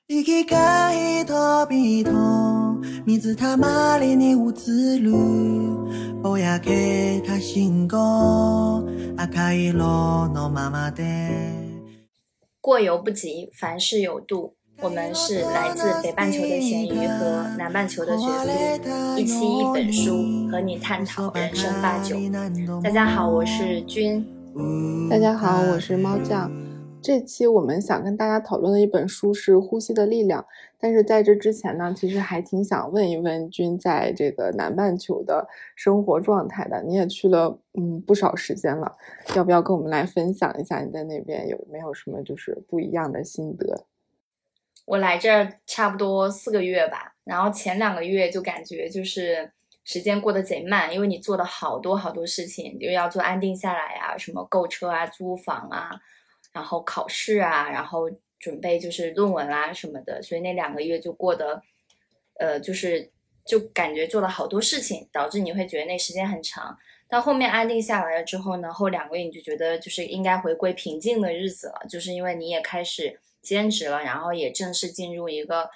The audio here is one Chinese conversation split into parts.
生きが人々水たまりに映るぼやけた信号赤色のままで过犹不及，凡事有度。我们是来自北半球的咸鱼和南半球的雪苏，一期一本书，和你探讨人生八九。大家好，我是君。 大家好，我是猫酱。这期我们想跟大家讨论的一本书是《呼吸的力量》，但是在这之前呢，其实还挺想问一问君在这个南半球的生活状态的。你也去了不少时间了，要不要跟我们来分享一下你在那边有没有什么就是不一样的心得？ 我来这儿差不多4个月吧，然后前2个月就感觉就是时间过得贼慢，因为你做了好多事情，就要做安定下来啊，什么购车啊、租房啊，然后考试啊，然后准备就是论文啊什么的，所以那2个月就过得就感觉做了好多事情，导致你会觉得那时间很长。到后面安定下来了之后呢，后2个月你就觉得就是应该回归平静的日子了，就是因为你也开始兼职了，然后也正式进入一个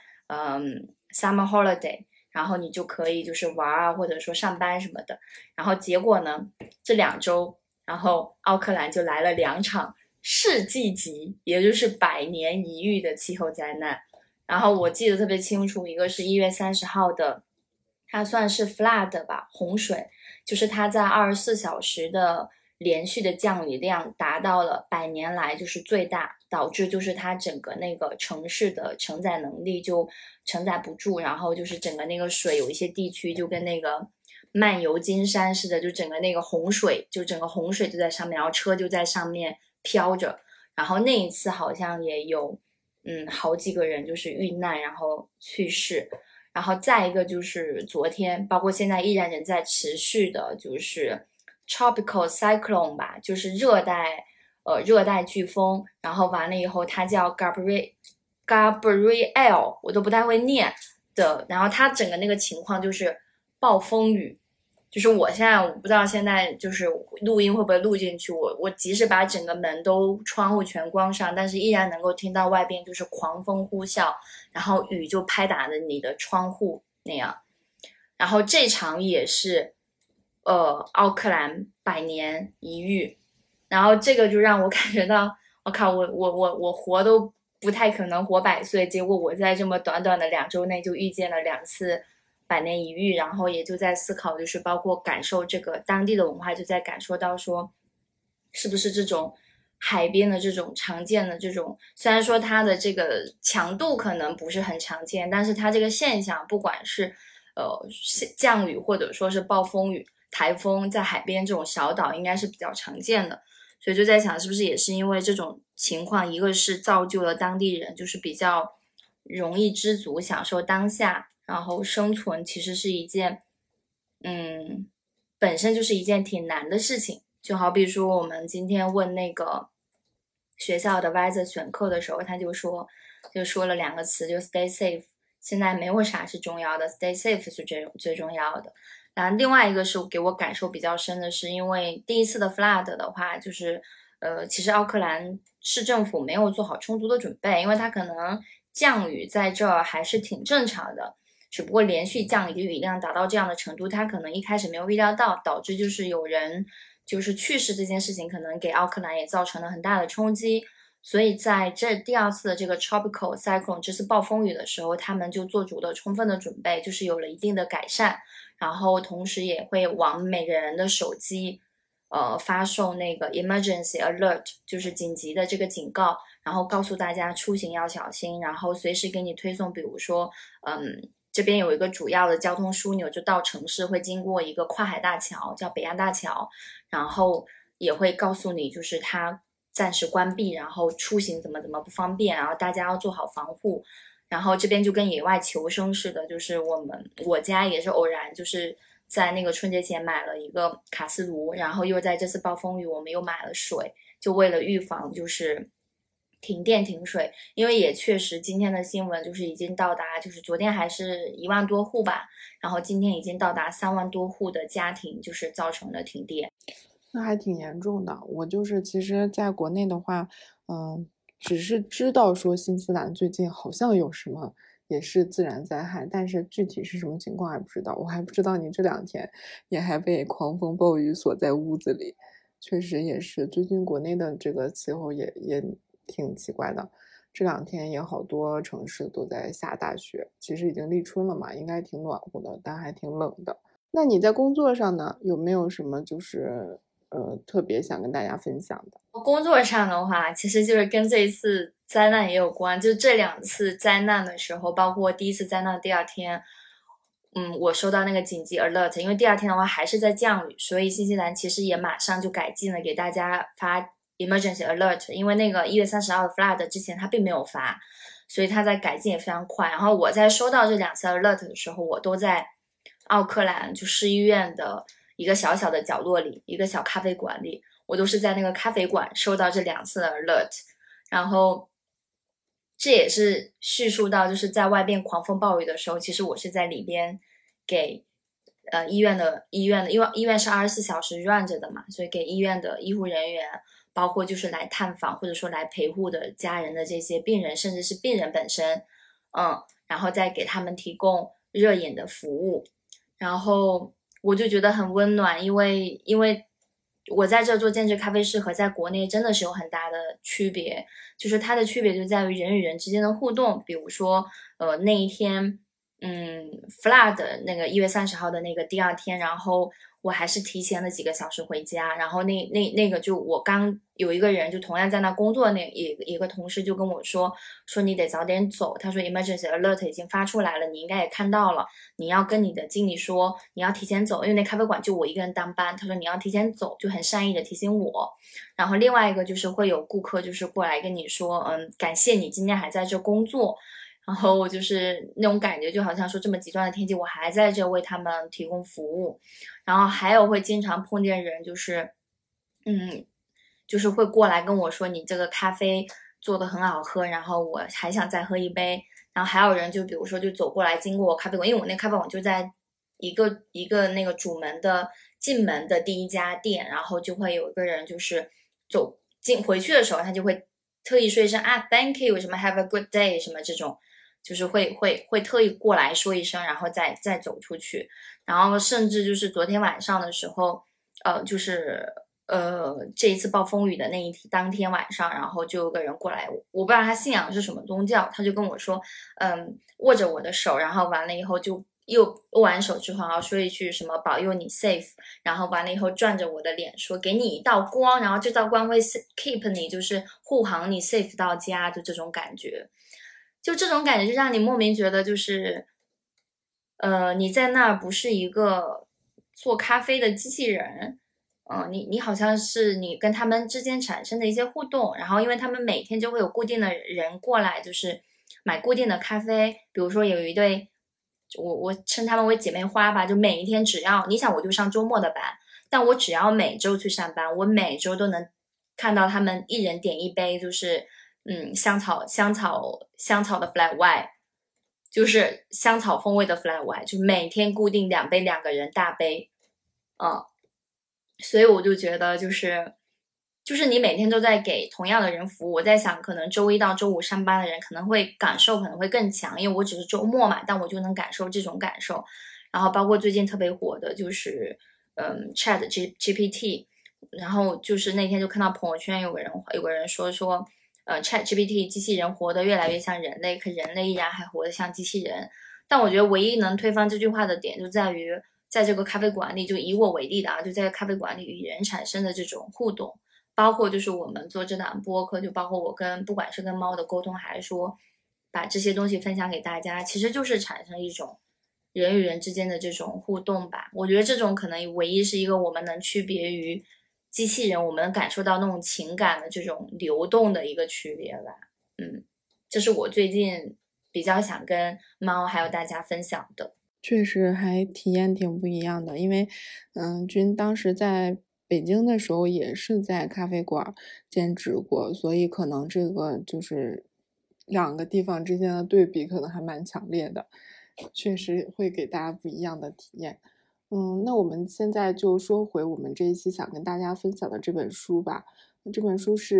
summer holiday， 然后你就可以就是玩啊，或者说上班什么的。然后结果呢，这2周，然后奥克兰就来了2场世纪级，也就是100年一遇的气候灾难。然后我记得特别清楚，一个是1月30号的，它算是 flood 吧，洪水，就是它在24小时的连续的降雨量达到了100年来就是最大，导致就是它整个那个城市的承载能力就承载不住，然后就是整个那个水有一些地区就跟那个漫游金山似的，就整个那个洪水就在上面，然后车就在上面飘着。然后那一次好像也有好几个人就是遇难然后去世。然后再一个就是昨天，包括现在依然仍在持续的，就是 tropical cyclone 吧，就是热带飓风。然后完了以后，它叫 Gabrielle， 我都不太会念的。然后它整个那个情况就是暴风雨，就是我不知道现在就是录音会不会录进去，我即使把整个门都窗户全关上，但是依然能够听到外边就是狂风呼啸，然后雨就拍打着你的窗户那样。然后这场也是奥克兰100年一遇，然后这个就让我感觉到我靠，我活都不太可能活100岁，结果我在这么短短的2周内就遇见了2次100年一遇。然后也就在思考，就是包括感受这个当地的文化，就在感受到说是不是这种海边的这种常见的这种，虽然说它的这个强度可能不是很常见，但是它这个现象不管是降雨或者说是暴风雨、台风，在海边这种小岛应该是比较常见的。所以就在想是不是也是因为这种情况，一个是造就了当地人就是比较容易知足享受当下，然后生存其实是一件本身就是一件挺难的事情。就好比说我们今天问那个学校的 advisor 选课的时候，他就说了2个词，就 stay safe， 现在没有啥是重要的， stay safe 是最重要的。然后另外一个是给我感受比较深的是，因为第一次的 flood 的话，就是其实奥克兰市政府没有做好充足的准备，因为它可能降雨在这儿还是挺正常的，只不过连续降雨的雨量达到这样的程度，它可能一开始没有预料到，导致就是有人就是去世这件事情，可能给奥克兰也造成了很大的冲击。所以在这第2次的这个 tropical cyclone 这次暴风雨的时候，他们就做足了充分的准备，就是有了一定的改善。然后同时也会往每个人的手机发送那个 emergency alert， 就是紧急的这个警告，然后告诉大家出行要小心，然后随时给你推送，比如说这边有一个主要的交通枢纽，就到城市会经过一个跨海大桥叫北岸大桥，然后也会告诉你就是它暂时关闭，然后出行怎么不方便，然后大家要做好防护。然后这边就跟野外求生似的，就是我家也是偶然就是在那个春节前买了一个卡式炉，然后又在这次暴风雨我们又买了水，就为了预防就是停电停水。因为也确实今天的新闻就是已经到达，就是昨天还是1万多户吧，然后今天已经到达3万多户的家庭就是造成了停电。 那还挺严重的。我就是其实在国内的话只是知道说新西兰最近好像有什么也是自然灾害，但是具体是什么情况还不知道。我还不知道你这2天也还被狂风暴雨锁在屋子里，确实也是最近国内的这个气候也挺奇怪的。这2天也好多城市都在下大雪，其实已经立春了嘛，应该挺暖和的，但还挺冷的。那你在工作上呢，有没有什么就是特别想跟大家分享的？ 工作上的话，其实就是跟这一次灾难也有关。就这2次灾难的时候，包括第一次灾难的第2天，我收到那个紧急 alert， 因为第2天的话还是在降雨，所以新西兰其实也马上就改进了，给大家发 emergency alert。因为那个1月30号的 flood 之前他并没有发，所以他在改进也非常快。然后我在收到这2次 alert 的时候，我都在奥克兰就市医院的一个小小的角落里，一个小咖啡馆里。我都是在那个咖啡馆收到这2次的 alert， 然后这也是叙述到就是在外边狂风暴雨的时候，其实我是在里边给医院的，因为医院是24小时 run 着的嘛，所以给医院的医护人员，包括就是来探访或者说来陪护的家人的这些病人，甚至是病人本身，然后再给他们提供热饮的服务，然后我就觉得很温暖，因为我在这做兼职咖啡师和在国内真的是有很大的区别，就是它的区别就在于人与人之间的互动。比如说那一天flood 那个1月30号的那个第2天，然后我还是提前了几个小时回家，然后那个就我刚有一个人就同样在那工作，那一个同事就跟我说你得早点走，他说 emergency alert 已经发出来了，你应该也看到了，你要跟你的经理说你要提前走，因为那咖啡馆就我一个人当班，他说你要提前走，就很善意的提醒我。然后另外一个就是会有顾客就是过来跟你说感谢你今天还在这工作，然后我就是那种感觉就好像说这么极端的天气我还在这为他们提供服务。然后还有会经常碰见人就是会过来跟我说你这个咖啡做的很好喝，然后我还想再喝一杯。然后还有人就比如说就走过来经过我咖啡馆，因为我那咖啡馆就在一个那个主门的进门的第一家店，然后就会有一个人就是回去的时候他就会特意说一声thank you 什么 have a good day 什么这种，就是会特意过来说一声，然后再走出去。然后甚至就是昨天晚上的时候这一次暴风雨的当天晚上，然后就有个人过来，我不知道他信仰是什么宗教，他就跟我说握着我的手，然后完了以后就又握完手之后，然后说一句什么保佑你 safe， 然后完了以后转着我的脸说给你一道光，然后这道光会 keep 你就是护航你 safe 到家，就这种感觉，就这种感觉就让你莫名觉得就是你在那儿不是一个做咖啡的机器人，你好像是你跟他们之间产生的一些互动，然后因为他们每天就会有固定的人过来，就是买固定的咖啡，比如说有一对，我称他们为姐妹花吧，就每一天只要你想我就上周末的班，但我只要每周去上班，我每周都能看到他们一人点一杯，就是香草的 flat white， 就是香草风味的 flat white， 就每天固定2杯2个人大杯，所以我就觉得就是你每天都在给同样的人服务。我在想可能周1到周5上班的人可能会感受可能会更强，因为我只是周末嘛，但我就能感受这种感受。然后包括最近特别火的就是Chat GPT， 然后就是那天就看到朋友圈有个人说Chat GPT 机器人活得越来越像人类，可人类依然还活得像机器人。但我觉得唯一能推翻这句话的点就在于在这个咖啡馆里，就以我为例的就在咖啡馆里与人产生的这种互动，包括就是我们做这档播客，就包括我不管是跟猫的沟通，还是说把这些东西分享给大家，其实就是产生一种人与人之间的这种互动吧。我觉得这种可能唯一是一个我们能区别于机器人，我们能感受到那种情感的这种流动的一个区别吧。这是我最近比较想跟猫还有大家分享的。 确实还体验挺不一样的，因为君当时在北京的时候也是在咖啡馆兼职过，所以可能这个就是2个地方之间的对比可能还蛮强烈的，确实会给大家不一样的体验。那我们现在就说回我们这一期想跟大家分享的这本书吧。这本书是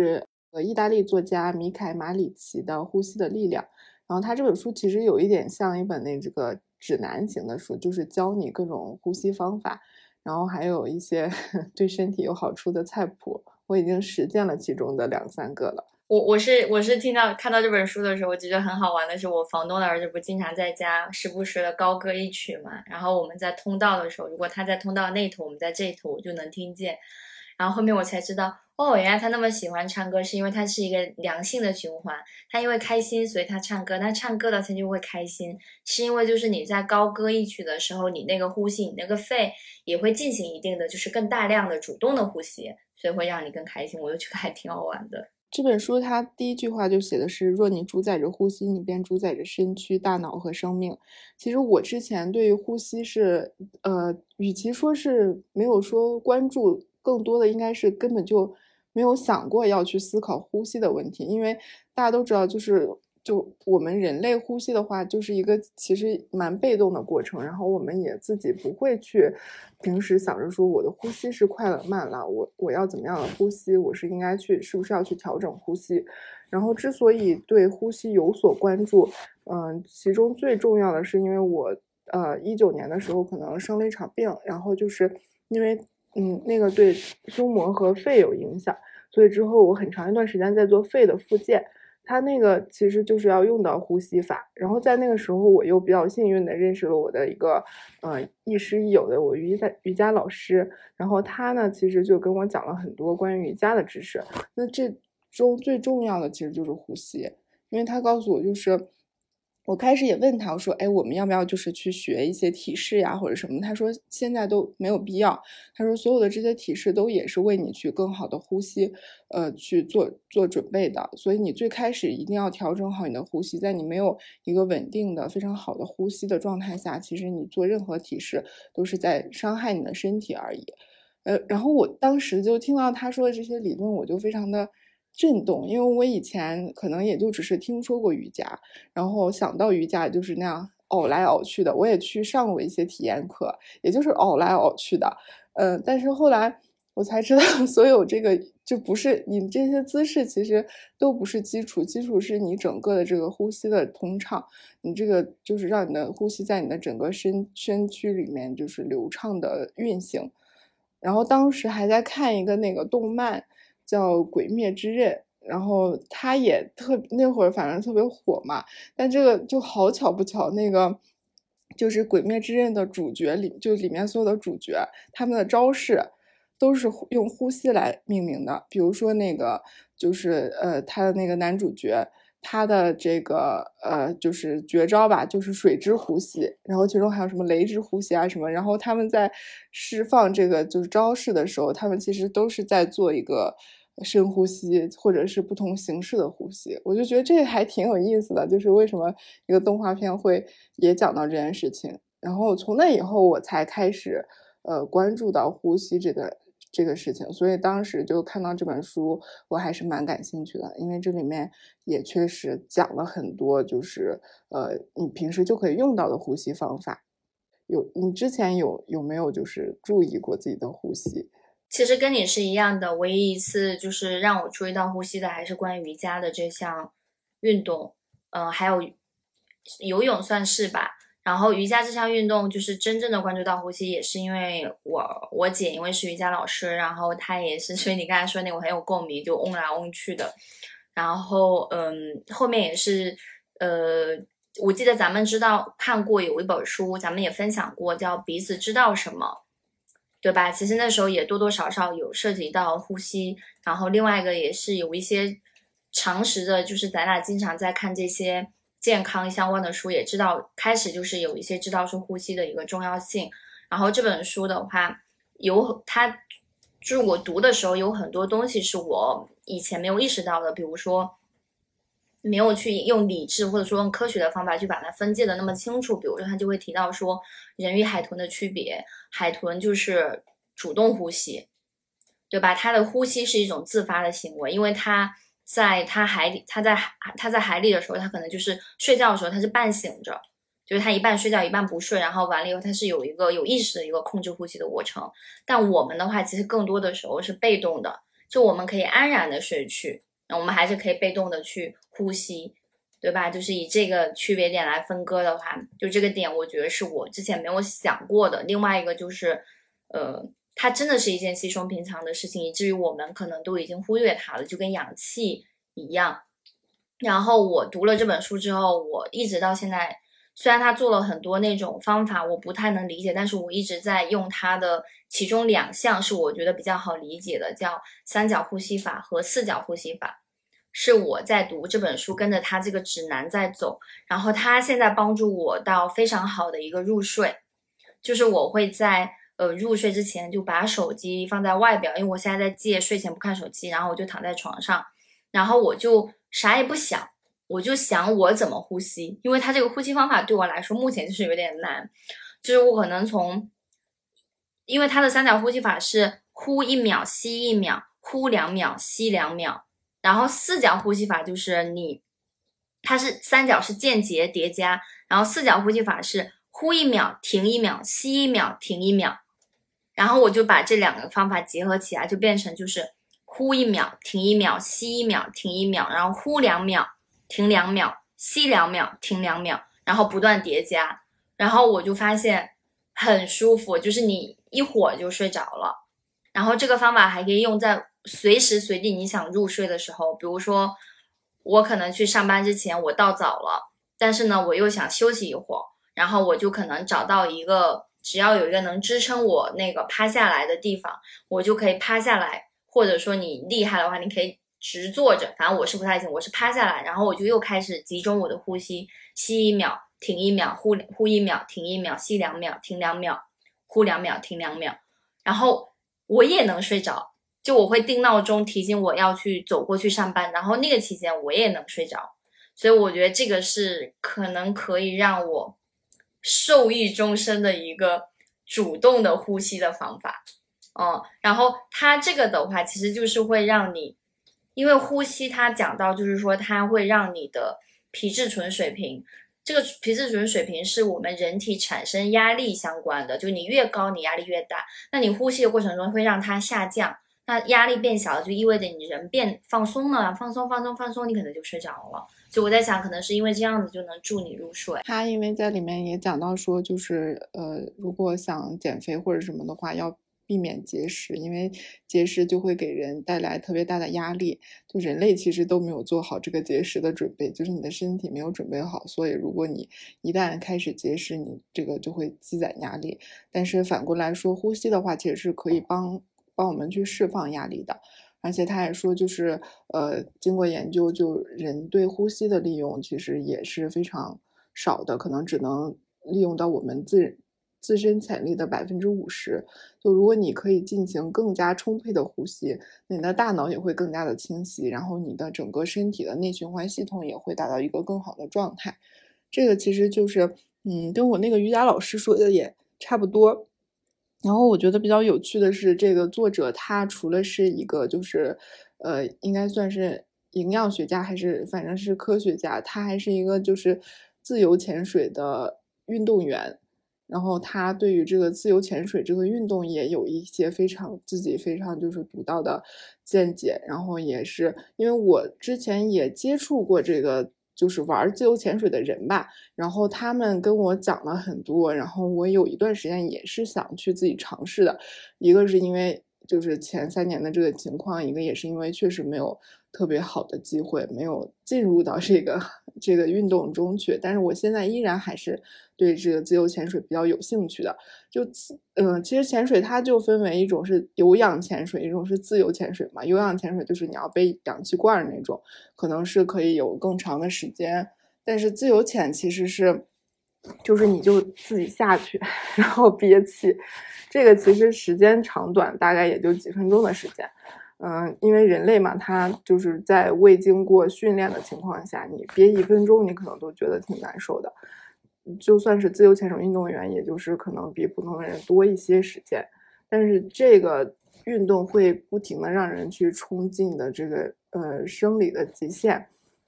意大利作家米凯马里奇的《呼吸的力量》。然后他这本书其实有一点像一本这个指南型的书，就是教你各种呼吸方法，然后还有一些对身体有好处的菜谱，我已经实践了其中的2-3个了。 我是看到这本书的时候，我觉得很好玩的是，我房东的儿子不经常在家时不时的高歌一曲嘛，然后我们在通道的时候，如果他在通道那头，我们在这一头，我就能听见。然后后面我才知道，哦，原来他那么喜欢唱歌，是因为他是一个良性的循环。他因为开心，所以他唱歌，他唱歌了他就会开心，是因为就是你在高歌一曲的时候，你那个呼吸，你那个肺也会进行一定的就是更大量的主动的呼吸，所以会让你更开心。我就觉得还挺好玩的。 这本书它第一句话就写的是，若你主宰着呼吸，你便主宰着身躯、大脑和生命。其实我之前对于呼吸是与其说是没有说关注，更多的应该是根本就没有想过要去思考呼吸的问题。因为大家都知道，就我们人类呼吸的话，就是一个其实蛮被动的过程，然后我们也自己不会去平时想着说我的呼吸是快了慢了，我要怎么样的呼吸，我是应该是不是要去调整呼吸。然后之所以对呼吸有所关注，其中最重要的是因为我19年的时候可能生了一场病，然后就是因为那个对胸膜和肺有影响，所以之后我很长一段时间在做肺的复健。它那个其实就是要用到呼吸法，然后在那个时候我又比较幸运的认识了我的一个亦师亦友的我瑜伽老师，然后他呢其实就跟我讲了很多关于瑜伽的知识。那这中最重要的其实就是呼吸，因为他告诉我就是我开始也问他，我说哎，我们要不要就是去学一些体式呀或者什么，他说现在都没有必要，他说所有的这些体式都也是为你去更好的呼吸去做准备的，所以你最开始一定要调整好你的呼吸，在你没有一个稳定的非常好的呼吸的状态下，其实你做任何体式都是在伤害你的身体而已。然后我当时就听到他说的这些理论，我就非常的震动，因为我以前可能也就只是听说过瑜伽，然后想到瑜伽就是那样熬来熬去的，我也去上过一些体验课，也就是熬来熬去的。但是后来我才知道，所有这个就不是你这些姿势其实都不是基础，基础是你整个的这个呼吸的通畅，你这个就是让你的呼吸在你的整个身躯里面就是流畅的运行。然后当时还在看一个那个动漫叫《鬼灭之刃》，然后它也那会儿反正特别火嘛，但这个就好巧不巧，那个就是《鬼灭之刃》的主角里面所有的主角，他们的招式都是用呼吸来命名的。比如说那个就是他的那个男主角，他的这个就是绝招吧，就是水之呼吸，然后其中还有什么雷之呼吸啊什么，然后他们在释放这个就是招式的时候，他们其实都是在做一个深呼吸或者是不同形式的呼吸。我就觉得这还挺有意思的，就是为什么一个动画片会也讲到这件事情。然后从那以后我才开始关注到呼吸这个事情，所以当时就看到这本书我还是蛮感兴趣的，因为这里面也确实讲了很多就是你平时就可以用到的呼吸方法。你之前有没有就是注意过自己的呼吸？ 其实跟你是一样的，唯一一次就是让我注意到呼吸的还是关于瑜伽的这项运动，还有游泳算是吧。然后瑜伽这项运动就是真正的关注到呼吸，也是因为我姐因为是瑜伽老师，然后她也是，所以你刚才说那个我很有共鸣，就嗡来嗡去的。然后后面也是我记得咱们看过有一本书，咱们也分享过，叫彼此知道什么，对吧？其实那时候也多多少少有涉及到呼吸，然后另外一个也是有一些常识的，就是咱俩经常在看这些健康相关的书，也知道开始就是有一些知道说呼吸的一个重要性。然后这本书的话，它就是我读的时候有很多东西是我以前没有意识到的，比如说没有去用理智或者说用科学的方法去把它分界的那么清楚。比如说他就会提到说人与海豚的区别，海豚就是主动呼吸，对吧？它的呼吸是一种自发的行为，因为它在海里的时候，它可能就是睡觉的时候它是半醒着，就是它一半睡觉一半不睡，然后完了以后它是有一个有意识的一个控制呼吸的过程。但我们的话其实更多的时候是被动的，就我们可以安然的睡去， 那我们还是可以被动的去呼吸，对吧？就是以这个区别点来分割的话，就这个点我觉得是我之前没有想过的。另外一个就是它真的是一件稀松平常的事情，以至于我们可能都已经忽略它了，就跟氧气一样。然后我读了这本书之后，我一直到现在，虽然他做了很多那种方法我不太能理解，但是我一直在用他的其中2项是我觉得比较好理解的，叫3角呼吸法和4角呼吸法，是我在读这本书跟着他这个指南在走，然后他现在帮助我到非常好的一个入睡，就是我会在入睡之前就把手机放在外表，因为我现在在戒睡前不看手机，然后我就躺在床上，然后我就啥也不想，我就想我怎么呼吸，因为它这个呼吸方法对我来说目前就是有点难，就是我可能因为它的3角呼吸法是呼1秒吸1秒，呼2秒吸2秒，然后4角呼吸法就是它是3角是间接叠加，然后4角呼吸法是呼1秒停1秒吸1秒停1秒，然后我就把这2个方法结合起来，就变成就是呼1秒停1秒吸1秒停1秒，然后呼2秒停2秒吸2秒停2秒，然后不断叠加，然后我就发现很舒服，就是你一会儿就睡着了。然后这个方法还可以用在随时随地你想入睡的时候，比如说我可能去上班之前我到早了，但是呢我又想休息一会儿，然后我就可能找到只要有一个能支撑我那个趴下来的地方，我就可以趴下来，或者说你厉害的话你可以直坐着，反正我是不太行，我是趴下来，然后我就又开始集中我的呼吸，吸1秒停1秒呼1秒停1秒吸2秒停2秒呼2秒停2秒，然后我也能睡着，就我会定闹钟提醒我要去走过去上班，然后那个期间我也能睡着，所以我觉得这个是可能可以让我受益终身的一个主动的呼吸的方法。然后它这个的话其实就是会让你，因为呼吸它讲到就是说它会让你的皮质醇水平，这个皮质醇水平是我们人体产生压力相关的，就你越高你压力越大，那你呼吸的过程中会让它下降，那压力变小了就意味着你人变放松了，放松你可能就睡着了，所以我在想可能是因为这样子就能助你入睡。 他因为在里面也讲到说就是如果想减肥或者什么的话要避免节食，因为节食就会给人带来特别大的压力，就人类其实都没有做好这个节食的准备，就是你的身体没有准备好，所以如果你一旦开始节食，你这个就会积攒压力。但是反过来说，呼吸的话其实是可以帮我们去释放压力的。而且他也说就是经过研究，就人对呼吸的利用其实也是非常少的，可能只能利用到我们自身潜力的50%，就如果你可以进行更加充沛的呼吸，你的大脑也会更加的清晰，然后你的整个身体的内循环系统也会达到一个更好的状态。这个其实就是跟我那个瑜伽老师说的也差不多。然后我觉得比较有趣的是，这个作者他除了是一个就是应该算是营养学家还是反正是科学家，他还是一个就是自由潜水的运动员。然后他对于这个自由潜水这个运动也有一些自己非常就是独到的见解。然后也是因为我之前也接触过这个就是玩自由潜水的人吧，然后他们跟我讲了很多，然后我有一段时间也是想去自己尝试的，一个是因为就是前3年的这个情况，一个也是因为确实没有特别好的机会，没有进入到这个运动中去，但是我现在依然还是对这个自由潜水比较有兴趣的。其实潜水它就分为一种是有氧潜水，一种是自由潜水嘛。有氧潜水就是你要背氧气罐那种，可能是可以有更长的时间，但是自由潜其实是就是你就自己下去然后憋气，这个其实时间长短大概也就几分钟的时间。因为人类嘛，他就是在未经过训练的情况下，你憋1分钟你可能都觉得挺难受的，就算是自由潜水运动员，也就是可能比普通的人多一些时间，但是这个运动会不停的让人去冲进的这个生理的极限。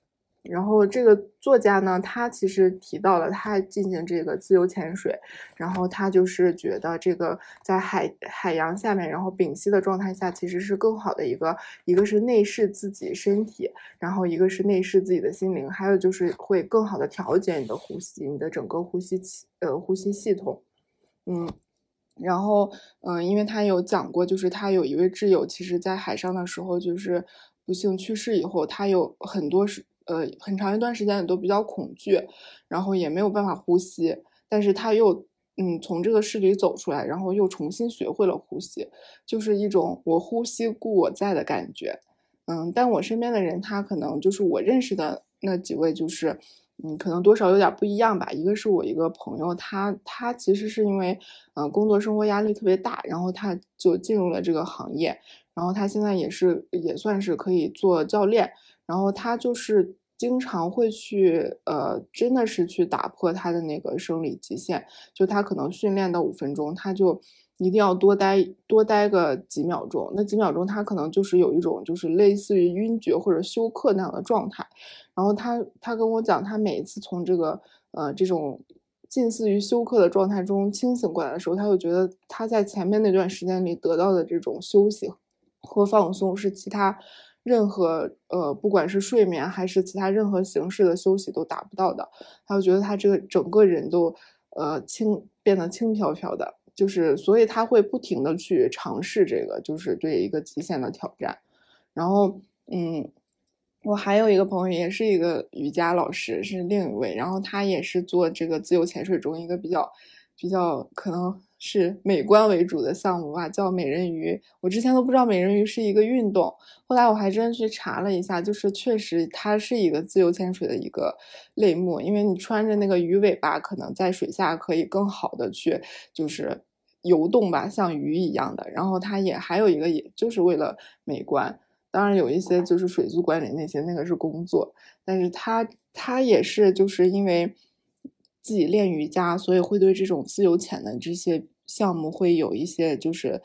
然后这个作家呢，他其实提到了他进行这个自由潜水，然后他就是觉得这个在海洋下面，然后屏息的状态下，其实是更好的一个是内视自己身体，然后一个是内视自己的心灵，还有就是会更好的调节你的呼吸，你的整个呼吸系统。然后因为他有讲过，就是他有一位挚友，其实在海上的时候就是不幸去世以后，他有很长一段时间也都比较恐惧，然后也没有办法呼吸，但是他又从这个事里走出来，然后又重新学会了呼吸，就是一种我呼吸故我在的感觉。但我身边的人，他可能就是我认识的那几位，就是可能多少有点不一样吧。一个是我一个朋友，他其实是因为工作生活压力特别大，然后他就进入了这个行业，然后他现在也算是可以做教练，然后他就是经常会去真的是去打破他的那个生理极限，就他可能训练到5分钟，他就一定要多待个几秒钟，那几秒钟他可能就是有一种就是类似于晕厥或者休克那样的状态。然后他跟我讲，他每一次从这种近似于休克的状态中清醒过来的时候，他会觉得他在前面那段时间里得到的这种休息和放松是其他任何不管是睡眠还是其他任何形式的休息都达不到的。他会觉得他这个整个人都变得轻飘飘的，就是所以他会不停的去尝试这个，就是对一个极限的挑战。然后我还有一个朋友也是一个瑜伽老师，是另一位，然后他也是做这个自由潜水中一个比较可能是美观为主的项目吧，叫美人鱼。我之前都不知道美人鱼是一个运动，后来我还真去查了一下，就是确实它是一个自由潜水的一个类目，因为你穿着那个鱼尾巴，可能在水下可以更好的去就是游动吧，像鱼一样的。然后它也还有一个，也就是为了美观。当然有一些就是水族馆里那个是工作，但是他也是就是因为自己练瑜伽，所以会对这种自由潜的这些项目会有一些就是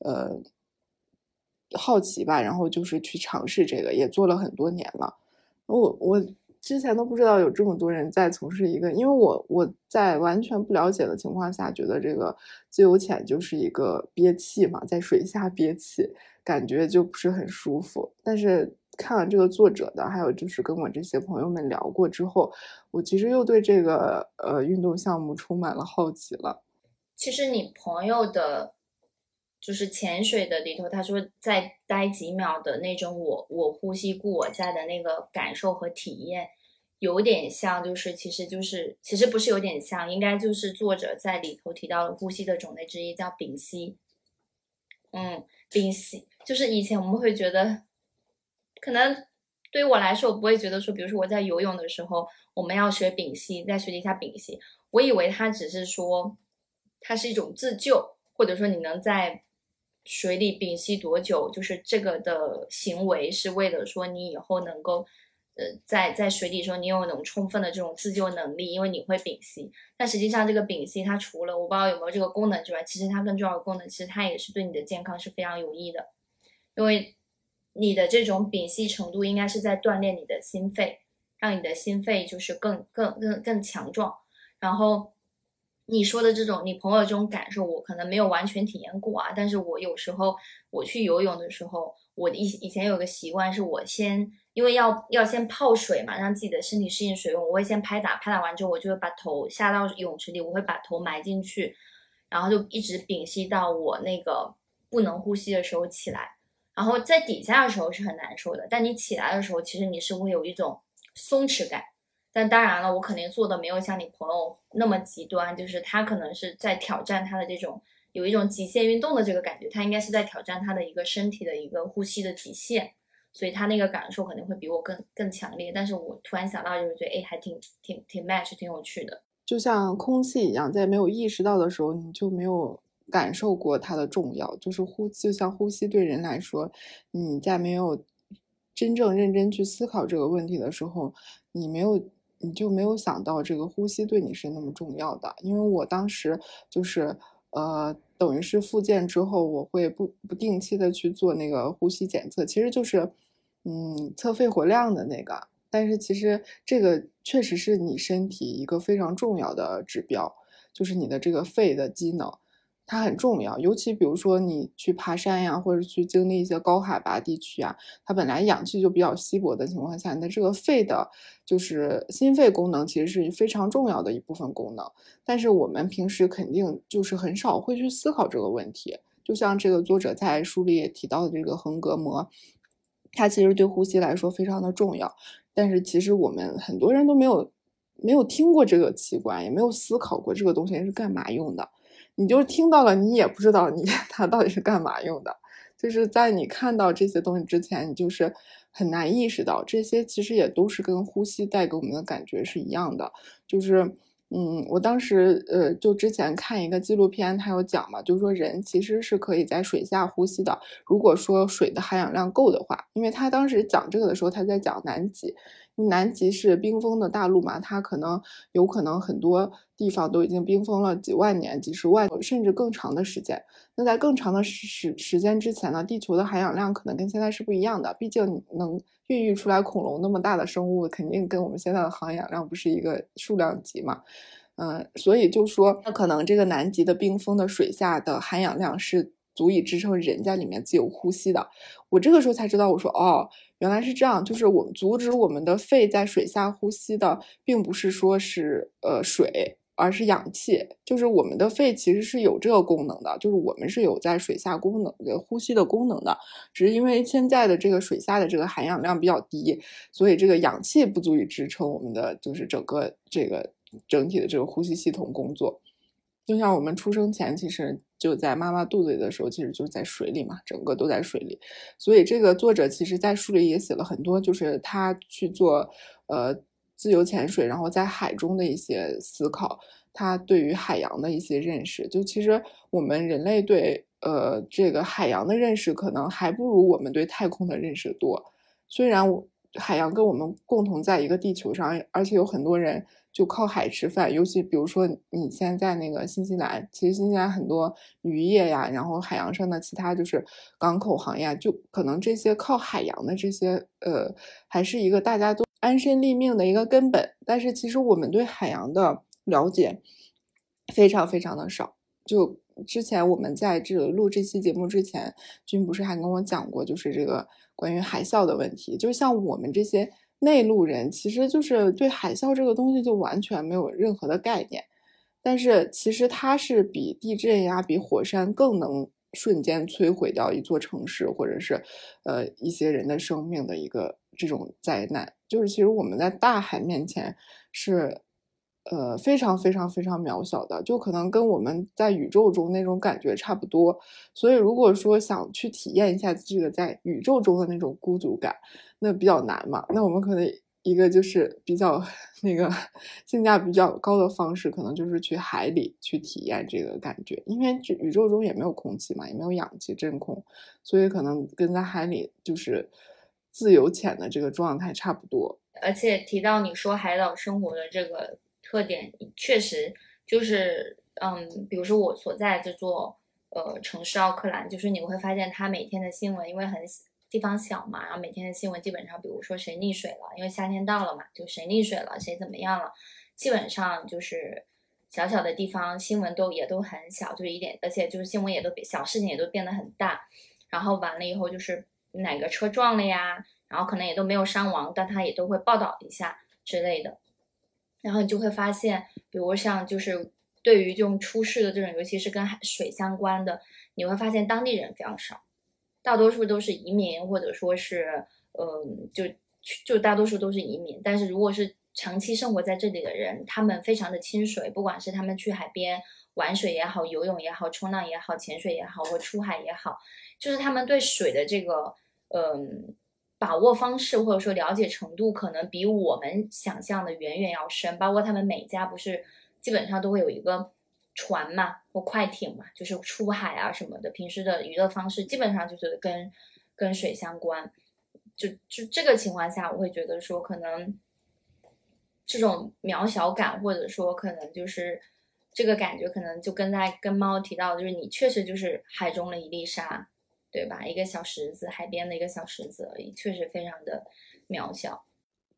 好奇吧，然后就是去尝试这个，也做了很多年了。我之前都不知道有这么多人在从事一个，因为我在完全不了解的情况下，觉得这个自由潜就是一个憋气嘛，在水下憋气，感觉就不是很舒服。但是看了这个作者的，还有就是跟我这些朋友们聊过之后，我其实又对这个运动项目充满了好奇了。 其实你朋友的就是潜水的里头，他说再待几秒的那种我呼吸故我在的那个感受和体验，有点像，其实不是有点像，应该就是作者在里头提到了呼吸的种类之一叫屏息。屏息就是以前我们会觉得，可能对于我来说，我不会觉得说，比如说我在游泳的时候，我们要学屏息，在水底下屏息，我以为它只是说它是一种自救，或者说你能在水里屏息多久，就是这个的行为是为了说你以后能够在水里的时候你有那种充分的这种自救能力，因为你会屏息。但实际上这个屏息它除了我不知道有没有这个功能之外，其实它更重要的功能，其实它也是对你的健康是非常有益的，因为你的这种屏息程度应该是在锻炼你的心肺，让你的心肺就是更强壮。然后你说的这种你朋友这种感受，我可能没有完全体验过啊，但是我有时候我去游泳的时候，我以前有个习惯是我因为要先泡水嘛，让自己的身体适应水温，我会先拍打完之后，我就会把头下到泳池里，我会把头埋进去，然后就一直屏息到我那个不能呼吸的时候起来。然后在底下的时候是很难受的，但你起来的时候，其实你是会有一种松弛感。但当然了，我肯定做的没有像你朋友那么极端，就是他可能是在挑战他的这种有一种极限运动的这个感觉，他应该是在挑战他的一个身体的一个呼吸的极限，所以他那个感受肯定会比我更强烈。但是我突然想到，就是觉得还挺 match， 挺有趣的。 就像空气一样，在没有意识到的时候，你就没有感受过它的重要。就是就像呼吸对人来说，你在没有真正认真去思考这个问题的时候，你就没有想到这个呼吸对你是那么重要的。因为我当时就是等于是复健之后，我会不定期的去做那个呼吸检测，其实就是测肺活量的那个。 但是其实这个确实是你身体一个非常重要的指标，就是你的这个肺的机能，它很重要。尤其比如说你去爬山呀，或者去经历一些高海拔地区啊，它本来氧气就比较稀薄的情况下，你的这个肺的就是心肺功能其实是非常重要的一部分功能。但是我们平时肯定就是很少会去思考这个问题。就像这个作者在书里也提到的这个横膈膜，它其实对呼吸来说非常的重要，但是其实我们很多人都没有听过这个器官，也没有思考过这个东西是干嘛用的。你就听到了，你也不知道它到底是干嘛用的。就是在你看到这些东西之前，你就是很难意识到这些其实也都是跟呼吸带给我们的感觉是一样的。就是我当时就之前看一个纪录片，它有讲嘛，就是说人其实是可以在水下呼吸的，如果说水的含氧量够的话。因为他当时讲这个的时候，他在讲南极，因为南极是冰封的大陆嘛，它有可能很多地方都已经冰封了几万年、几十万甚至更长的时间。那在更长的时间之前呢，地球的含氧量可能跟现在是不一样的，毕竟能孕育出来恐龙那么大的生物，肯定跟我们现在的含氧量不是一个数量级嘛。所以就说那可能这个南极的冰封的水下的含氧量是足以支撑人在里面自由呼吸的。我这个时候才知道，我说原来是这样，就是我们阻止我们的肺在水下呼吸的并不是说是水，而是氧气。就是我们的肺其实是有这个功能的，就是我们是有在水下功能的呼吸的功能的，只是因为现在的这个水下的这个含氧量比较低，所以这个氧气不足以支撑我们的就是整体的这个呼吸系统工作。就像我们出生前其实就在妈妈肚子里的时候，其实就在水里嘛，整个都在水里。所以这个作者其实在书里也写了很多，就是他去做自由潜水，然后在海中的一些思考，他对于海洋的一些认识。就其实我们人类对这个海洋的认识可能还不如我们对太空的认识多。虽然海洋跟我们共同在一个地球上，而且有很多人就靠海吃饭，尤其比如说你现在那个新西兰，其实新西兰很多渔业呀，然后海洋上的其他就是港口行业，就可能这些靠海洋的这些还是一个大家都安身立命的一个根本。但是其实我们对海洋的了解非常非常的少。就之前我们在录这期节目之前，君不是还跟我讲过，就是这个关于海啸的问题。就像我们这些内陆人，其实就是对海啸这个东西就完全没有任何的概念。但是其实它是比地震呀、比火山更能瞬间摧毁掉一座城市，或者是一些人的生命的一个这种灾难。就是其实我们在大海面前是非常非常非常渺小的，就可能跟我们在宇宙中那种感觉差不多。所以如果说想去体验一下这个在宇宙中的那种孤独感，那比较难嘛。那我们可能一个就是比较那个性价比较高的方式，可能就是去海里去体验这个感觉。因为宇宙中也没有空气嘛，也没有氧气真空，所以可能跟在海里就是自由潜的这个状态差不多。 而且提到你说海岛生活的这个特点，确实就是比如说我所在这座城市奥克兰，就是你会发现它每天的新闻，因为地方小嘛，然后每天的新闻基本上，比如说谁溺水了，因为夏天到了嘛，就谁溺水了，谁怎么样了，基本上就是小小的地方新闻也都很小，就是一点，而且就是新闻小事情也都变得很大，然后完了以后就是哪个车撞了呀，然后可能也都没有伤亡，但他也都会报道一下之类的。然后你就会发现，比如像就是对于这种出事的这种，尤其是跟水相关的，你会发现当地人非常少，大多数都是移民，或者说是就大多数都是移民。但是如果是长期生活在这里的人，他们非常的亲水，不管是他们去海边玩水也好，游泳也好，冲浪也好，潜水也好，或出海也好，就是他们对水的这个把握方式或者说了解程度可能比我们想象的远远要深。包括他们每家不是基本上都会有一个船嘛或快艇嘛，就是出海啊什么的，平时的娱乐方式基本上就是跟水相关。就这个情况下，我会觉得说可能这种渺小感，或者说可能就是这个感觉可能就跟猫提到的，就是你确实就是海中的一粒沙，对吧？一个小石子，海边的一个小石子而已，确实非常的渺小。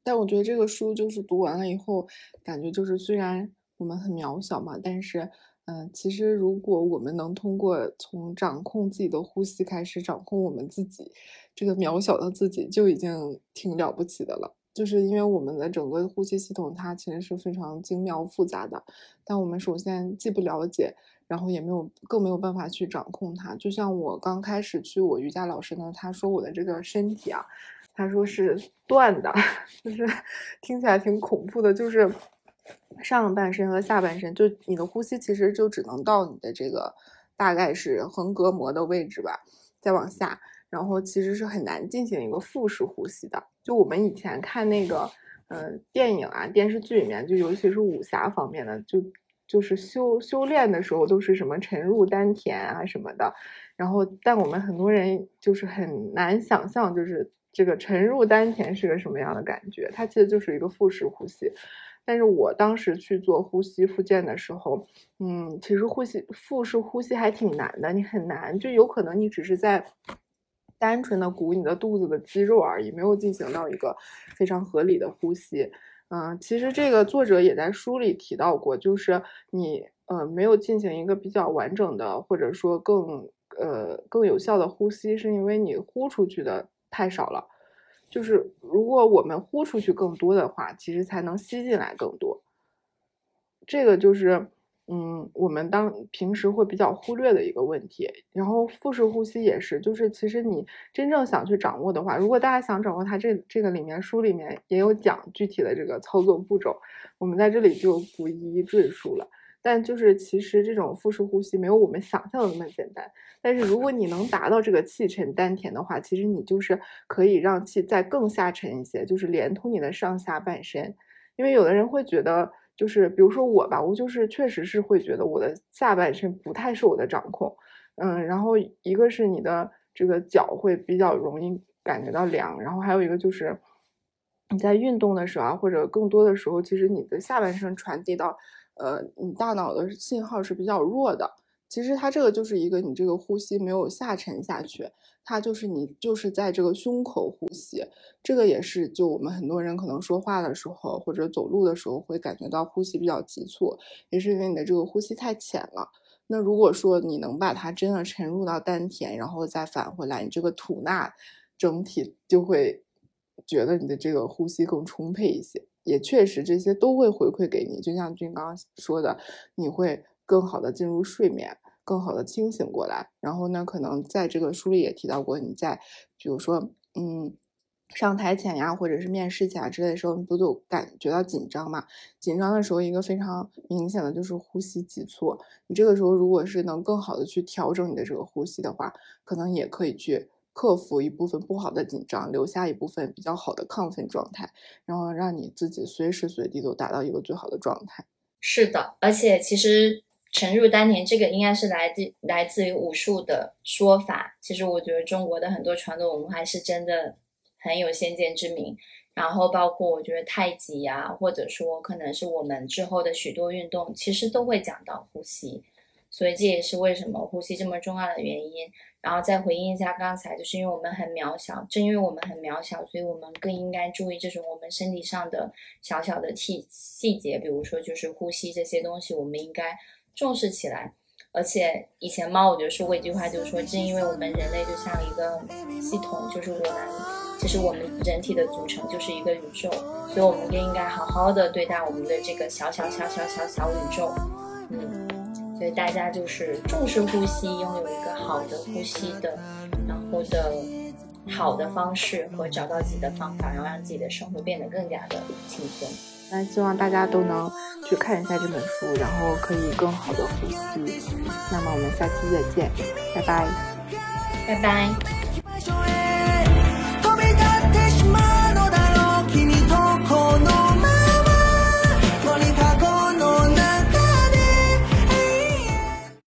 但我觉得这个书就是读完了以后，感觉就是虽然我们很渺小嘛，但是其实如果我们能通过从掌控自己的呼吸开始掌控我们自己，这个渺小的自己就已经挺了不起的了。就是因为我们的整个呼吸系统它其实是非常精妙复杂的，但我们首先既不了解，然后也更没有办法去掌控它。就像我刚开始去我瑜伽老师呢，他说我的这个身体啊，他说是断的，就是听起来挺恐怖的，就是上半身和下半身，就你的呼吸其实就只能到你的这个大概是横膈膜的位置吧，再往下，然后其实是很难进行一个腹式呼吸的。就我们以前看那个电影啊电视剧里面，就尤其是武侠方面的，就是修炼的时候都是什么沉入丹田啊什么的，然后但我们很多人就是很难想象，就是这个沉入丹田是个什么样的感觉，它其实就是一个腹式呼吸。但是我当时去做呼吸复健的时候，其实腹式呼吸还挺难的，你很难，就有可能你只是在单纯的鼓你的肚子的肌肉而已，没有进行到一个非常合理的呼吸。其实这个作者也在书里提到过，就是你没有进行一个比较完整的，或者说更有效的呼吸，是因为你呼出去的太少了。就是如果我们呼出去更多的话，其实才能吸进来更多。这个就是我们平时会比较忽略的一个问题。然后腹式呼吸也是，就是其实你真正想去掌握的话，如果大家想掌握它，这个里面书里面也有讲具体的这个操作步骤，我们在这里就不一一赘述了。但就是其实这种腹式呼吸没有我们想象的那么简单，但是如果你能达到这个气沉丹田的话，其实你就是可以让气再更下沉一些，就是连通你的上下半身。因为有的人会觉得，就是比如说我吧，我就是确实是会觉得我的下半身不太受我的掌控，然后一个是你的这个脚会比较容易感觉到凉，然后还有一个就是你在运动的时候啊，或者更多的时候，其实你的下半身传递到你大脑的信号是比较弱的。其实它这个就是一个你这个呼吸没有下沉下去，它就是你就是在这个胸口呼吸。这个也是就我们很多人可能说话的时候或者走路的时候会感觉到呼吸比较急促，也是因为你的这个呼吸太浅了。那如果说你能把它真的沉入到丹田，然后再返回来，你这个吐纳整体就会觉得你的这个呼吸更充沛一些。也确实这些都会回馈给你，就像君刚刚说的，你会更好的进入睡眠，更好的清醒过来。然后呢，可能在这个书里也提到过，你在比如说上台前呀，或者是面试前之类的时候，你不都感觉到紧张嘛？紧张的时候，一个非常明显的就是呼吸急促。你这个时候如果是能更好的去调整你的这个呼吸的话，可能也可以去克服一部分不好的紧张，留下一部分比较好的亢奋状态，然后让你自己随时随地都达到一个最好的状态。 是的，而且其实沉入丹田这个应该是来自于武术的说法。其实我觉得中国的很多传统文化是真的很有先见之明，然后包括我觉得太极啊，或者说可能是我们之后的许多运动，其实都会讲到呼吸。所以这也是为什么呼吸这么重要的原因。然后再回应一下刚才，就是因为我们很渺小，正因为我们很渺小，所以我们更应该注意这种我们身体上的小小的细节，比如说就是呼吸这些东西，我们应该重视起来。而且以前猫我觉得说过一句话，就是说正因为我们人类就像一个系统，就是其实我们人体的组成就是一个宇宙，所以我们更应该好好的对待我们的这个小宇宙。所以大家就是重视呼吸，拥有一个好的呼吸的，然后的好的方式和找到自己的方法，然后让自己的生活变得更加的轻松。 那希望大家都能去看一下这本书，然后可以更好的呼吸。那么我们下期再见，拜拜。 拜拜。